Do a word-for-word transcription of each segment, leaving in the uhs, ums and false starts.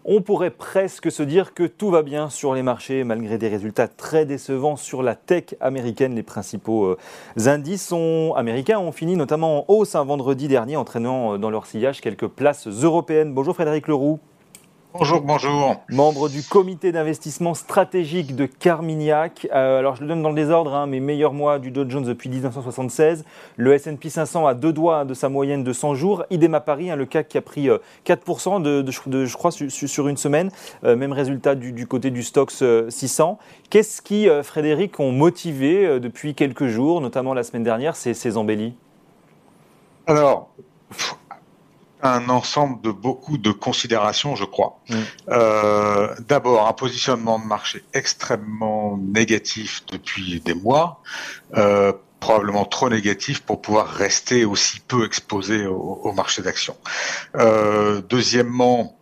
On pourrait presque se dire que tout va bien sur les marchés, malgré des résultats très décevants sur la tech américaine. Les principaux euh, indices ont, américains ont fini notamment en hausse un vendredi dernier, entraînant euh, dans leur sillage quelques places européennes. Bonjour Frédéric Leroux. Bonjour, bonjour. Membre du comité d'investissement stratégique de Carmignac. Euh, alors je le donne dans le désordre, hein, mes meilleurs mois du Dow Jones depuis dix-neuf cent soixante-seize. Le S and P cinq cents à deux doigts de sa moyenne de cent jours. Idem à Paris, hein, le C A C qui a pris euh, quatre pour cent de, de, de, je crois, su, su, sur une semaine. Euh, même résultat du, du côté du Stoxx euh, six cents. Qu'est-ce qui, euh, Frédéric, ont motivé euh, depuis quelques jours, notamment la semaine dernière, ces, ces embellis ? Alors, un ensemble de beaucoup de considérations, je crois. Mmh. Euh, d'abord, un positionnement de marché extrêmement négatif depuis des mois, euh, probablement trop négatif pour pouvoir rester aussi peu exposé au, au marché d'actions. Euh, deuxièmement,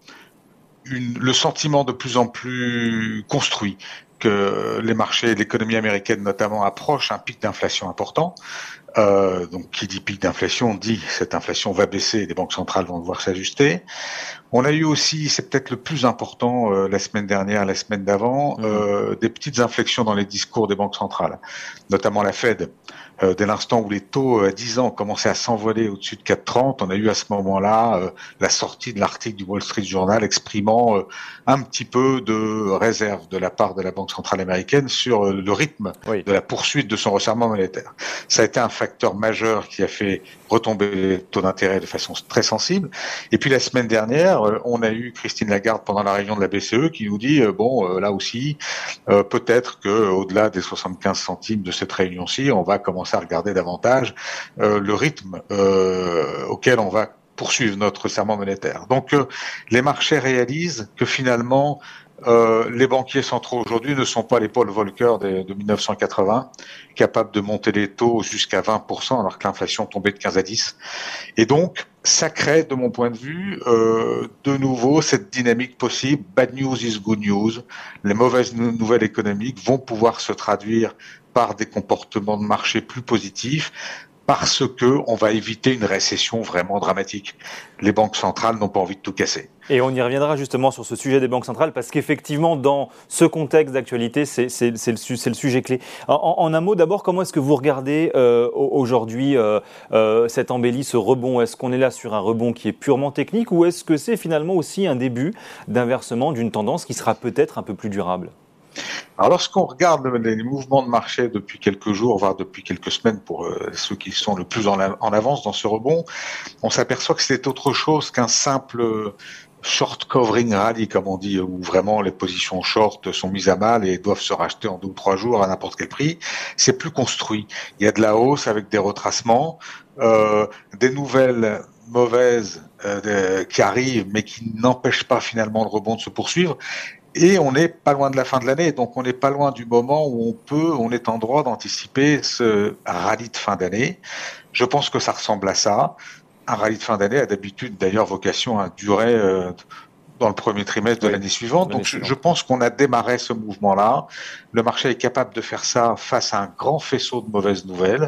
une, le sentiment de plus en plus construit que les marchés, l'économie américaine notamment, approchent un pic d'inflation important. Euh, donc, qui dit pic d'inflation dit cette inflation va baisser et les banques centrales vont devoir s'ajuster. On a eu aussi, c'est peut-être le plus important, euh, la semaine dernière, la semaine d'avant, mmh. euh, des petites inflexions dans les discours des banques centrales, notamment la Fed. Euh, dès l'instant où les taux à dix ans commençaient à s'envoler au-dessus de quatre virgule trente, on a eu à ce moment-là euh, la sortie de l'article du Wall Street Journal exprimant euh, un petit peu de réserve de la part de la Banque centrale américaine sur euh, le rythme oui. de la poursuite de son resserrement monétaire. Ça a été un facteur majeur qui a fait retomber les taux d'intérêt de façon très sensible. Et puis la semaine dernière, euh, on a eu Christine Lagarde pendant la réunion de la B C E qui nous dit euh, bon, euh, là aussi, euh, peut-être que au-delà des soixante-quinze centimes de cette réunion-ci, on va commencer à regarder davantage euh, le rythme euh, auquel on va poursuivre notre resserrement monétaire. Donc euh, les marchés réalisent que finalement euh, les banquiers centraux aujourd'hui ne sont pas les Paul Volcker de, de dix-neuf cent quatre-vingts, capables de monter les taux jusqu'à vingt pour cent alors que l'inflation tombait de quinze à dix. Et donc ça crée, de mon point de vue, euh, de nouveau cette dynamique possible. Bad news is good news. Les mauvaises nouvelles économiques vont pouvoir se traduire par des comportements de marché plus positifs parce que on va éviter une récession vraiment dramatique. Les banques centrales n'ont pas envie de tout casser. Et on y reviendra justement sur ce sujet des banques centrales parce qu'effectivement, dans ce contexte d'actualité, c'est, c'est, c'est, le, c'est le sujet clé. En, en un mot, d'abord, comment est-ce que vous regardez euh, aujourd'hui euh, euh, cette embellie, ce rebond ? Est-ce qu'on est là sur un rebond qui est purement technique ou est-ce que c'est finalement aussi un début d'inversement d'une tendance qui sera peut-être un peu plus durable ? Alors, lorsqu'on regarde les mouvements de marché depuis quelques jours, voire depuis quelques semaines pour euh, ceux qui sont le plus en, en avance dans ce rebond, on s'aperçoit que c'est autre chose qu'un simple short covering rally, comme on dit, où vraiment les positions short sont mises à mal et doivent se racheter en deux ou trois jours à n'importe quel prix. C'est plus construit. Il y a de la hausse avec des retracements, euh, des nouvelles mauvaises euh, qui arrivent, mais qui n'empêchent pas finalement le rebond de se poursuivre. Et on n'est pas loin de la fin de l'année, donc on n'est pas loin du moment où on peut, on est en droit d'anticiper ce rallye de fin d'année. Je pense que ça ressemble à ça. Un rallye de fin d'année a d'habitude d'ailleurs vocation à durer euh, dans le premier trimestre de oui, l'année suivante. Donc je, je pense qu'on a démarré ce mouvement-là. Le marché est capable de faire ça face à un grand faisceau de mauvaises nouvelles.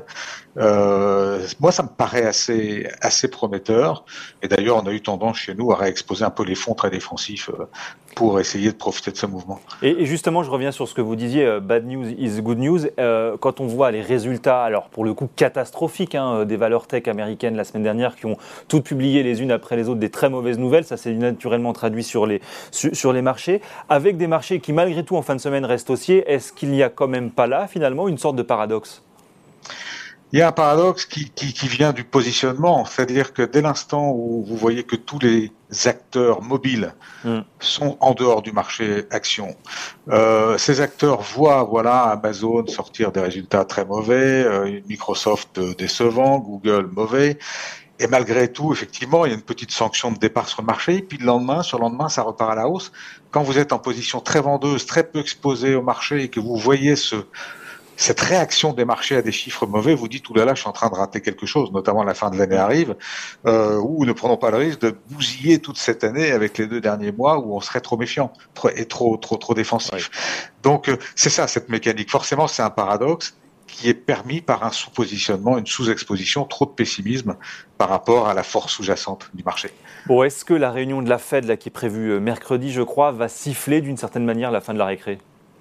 Euh, moi, ça me paraît assez assez prometteur. Et d'ailleurs, on a eu tendance chez nous à réexposer un peu les fonds très défensifs euh, pour essayer de profiter de ce mouvement. Et, et justement, je reviens sur ce que vous disiez, euh, bad news is good news. Euh, quand on voit les résultats, alors pour le coup catastrophiques, hein, des valeurs tech américaines la semaine dernière qui ont toutes publié les unes après les autres des très mauvaises nouvelles, ça s'est naturellement traduit sur les sur, sur les marchés, avec des marchés qui malgré tout en fin de semaine restent haussiers. Est-ce qu'il n'y a quand même pas là finalement une sorte de paradoxe ? Il y a un paradoxe qui, qui, qui vient du positionnement, c'est-à-dire que dès l'instant où vous voyez que tous les acteurs mobiles mm. sont en dehors du marché action, euh, ces acteurs voient voilà Amazon sortir des résultats très mauvais, euh, Microsoft décevant, Google mauvais. Et malgré tout, effectivement, il y a une petite sanction de départ sur le marché. Et puis le lendemain, sur le lendemain, ça repart à la hausse. Quand vous êtes en position très vendeuse, très peu exposé au marché et que vous voyez ce cette réaction des marchés à des chiffres mauvais, vous dites, oulala, je suis en train de rater quelque chose, notamment la fin de l'année arrive, euh, ou ne prenons pas le risque de bousiller toute cette année avec les deux derniers mois où on serait trop méfiant trop, et trop, trop, trop défensif. Oui. Donc, euh, c'est ça, cette mécanique. Forcément, c'est un paradoxe. qui est permis par un sous-positionnement, une sous-exposition, trop de pessimisme par rapport à la force sous-jacente du marché. Bon, est-ce que la réunion de la Fed, là, qui est prévue mercredi, je crois, va siffler d'une certaine manière la fin de la récré ?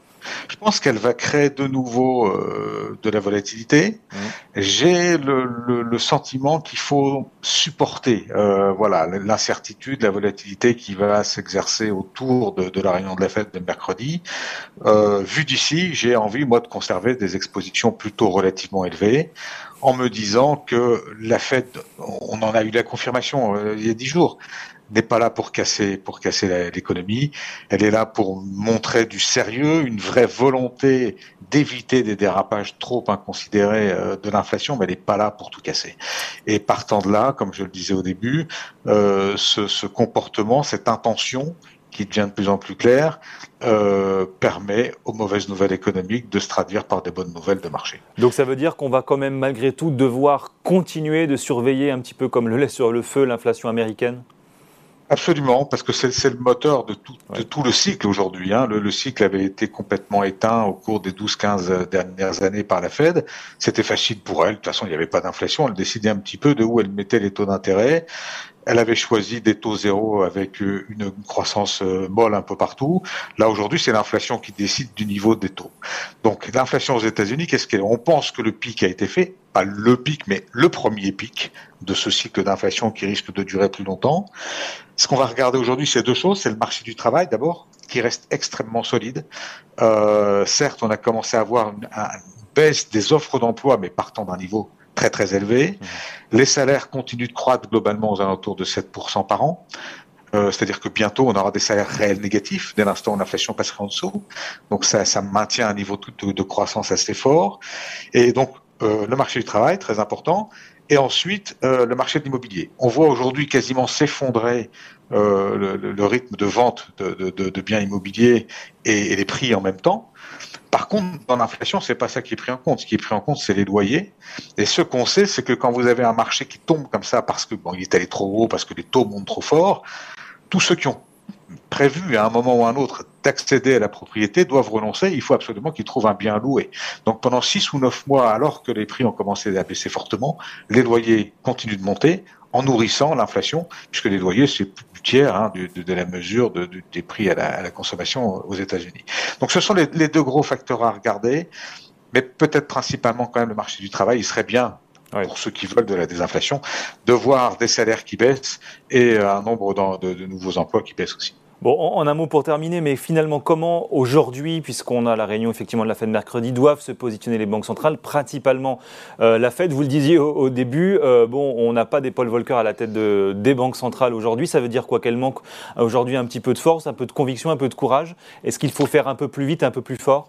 Je pense qu'elle va créer de nouveau euh, de la volatilité. Mmh. J'ai le, le, le sentiment qu'il faut supporter euh, voilà, l'incertitude, la volatilité qui va s'exercer autour de, de la réunion de la Fed de mercredi. Euh, vu d'ici, j'ai envie, moi, de conserver des expositions plutôt relativement élevées, en me disant que la Fed, on en a eu la confirmation euh, il y a dix jours, n'est pas là pour casser pour casser l'économie. Elle est là pour montrer du sérieux, une vraie volonté d'éviter des dérapages trop inconsidérés de l'inflation, mais elle n'est pas là pour tout casser. Et partant de là, comme je le disais au début, euh, ce, ce comportement, cette intention qui devient de plus en plus claire, euh, permet aux mauvaises nouvelles économiques de se traduire par des bonnes nouvelles de marché. Donc ça veut dire qu'on va quand même malgré tout devoir continuer de surveiller un petit peu comme le lait sur le feu l'inflation américaine ? Absolument, parce que c'est le moteur de tout, ouais. de tout le cycle aujourd'hui. Hein. Le, le cycle avait été complètement éteint au cours des douze quinze dernières années par la Fed. C'était facile pour elle. De toute façon, il n'y avait pas d'inflation. Elle décidait un petit peu de où elle mettait les taux d'intérêt. Elle avait choisi des taux zéro avec une croissance molle un peu partout. Là, aujourd'hui, c'est l'inflation qui décide du niveau des taux. Donc, l'inflation aux États-Unis, qu'est-ce qu'elle est ? On pense que le pic a été fait. Pas le pic, mais le premier pic de ce cycle d'inflation qui risque de durer plus longtemps. Ce qu'on va regarder aujourd'hui, c'est deux choses. C'est le marché du travail, d'abord, qui reste extrêmement solide. Euh, certes, on a commencé à avoir une, une baisse des offres d'emploi, mais partant d'un niveau très, très élevé. Mmh. Les salaires continuent de croître globalement aux alentours de sept pour cent par an. Euh, c'est-à-dire que bientôt, on aura des salaires réels négatifs dès l'instant où l'inflation passera en dessous. Donc, ça, ça maintient un niveau de, de croissance assez fort. Et donc, euh, le marché du travail, très important. Et ensuite, euh, le marché de l'immobilier. On voit aujourd'hui quasiment s'effondrer euh, le, le rythme de vente de, de, de biens immobiliers et, et les prix en même temps. Par contre, dans l'inflation, c'est pas ça qui est pris en compte. Ce qui est pris en compte, c'est les loyers. Et ce qu'on sait, c'est que quand vous avez un marché qui tombe comme ça parce que bon, il est allé trop haut, parce que les taux montent trop fort, tous ceux qui ont prévu à un moment ou à un autre d'accéder à la propriété doivent renoncer. Il faut absolument qu'ils trouvent un bien à louer. Donc pendant six ou neuf mois, alors que les prix ont commencé à baisser fortement, les loyers continuent de monter en nourrissant l'inflation, puisque les loyers, c'est plus du tiers hein, de, de, de la mesure de, de, des prix à la, à la consommation aux États-Unis. Donc ce sont les, les deux gros facteurs à regarder, mais peut-être principalement quand même le marché du travail. Il serait bien, oui, pour ceux qui veulent de la désinflation, de voir des salaires qui baissent et un nombre de, de nouveaux emplois qui baissent aussi. Bon, en un mot pour terminer, mais finalement, comment aujourd'hui, puisqu'on a la réunion effectivement de la Fed mercredi, doivent se positionner les banques centrales, principalement euh, la Fed. Vous le disiez au, au début, euh, bon, on n'a pas des Paul Volcker à la tête de, des banques centrales aujourd'hui. Ça veut dire quoi? Qu'elle manque aujourd'hui un petit peu de force, un peu de conviction, un peu de courage. Est-ce qu'il faut faire un peu plus vite, un peu plus fort?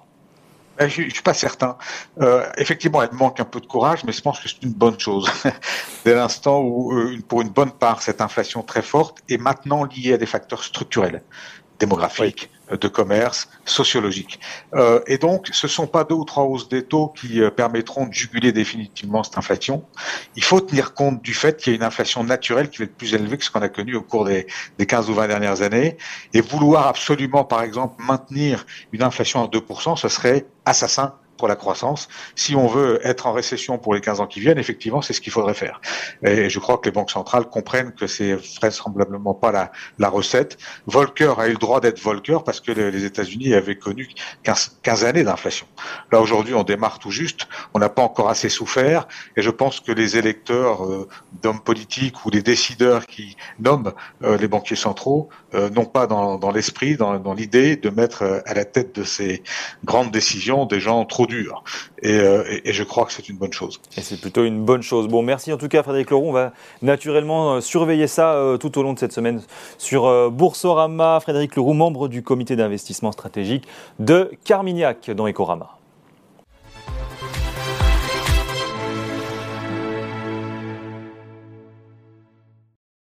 Je ne suis pas certain. Euh, effectivement, elle manque un peu de courage, mais je pense que c'est une bonne chose. Dès l'instant où, euh, pour une bonne part, cette inflation très forte est maintenant liée à des facteurs structurels, démographiques, oui, de commerce, sociologiques. Euh, et donc, ce ne sont pas deux ou trois hausses des taux qui euh, permettront de juguler définitivement cette inflation. Il faut tenir compte du fait qu'il y a une inflation naturelle qui va être plus élevée que ce qu'on a connu au cours des, des quinze ou vingt dernières années. Et vouloir absolument, par exemple, maintenir une inflation à deux pour cent, ce serait assassin pour la croissance. Si on veut être en récession pour les quinze ans qui viennent, effectivement, c'est ce qu'il faudrait faire. Et je crois que les banques centrales comprennent que c'est vraisemblablement pas la, la recette. Volcker a eu le droit d'être Volcker parce que les États-Unis avaient connu quinze, quinze années d'inflation. Là, aujourd'hui, on démarre tout juste. On n'a pas encore assez souffert. Et je pense que les électeurs euh, d'hommes politiques ou les décideurs qui nomment euh, les banquiers centraux euh, n'ont pas dans, dans l'esprit, dans, dans l'idée de mettre euh, à la tête de ces grandes décisions des gens trop dur. Et, euh, et, et je crois que c'est une bonne chose. Et c'est plutôt une bonne chose. Bon, merci en tout cas Frédéric Leroux. On va naturellement surveiller ça euh, tout au long de cette semaine sur euh, Boursorama. Frédéric Leroux, membre du comité d'investissement stratégique de Carmignac dans Ecorama.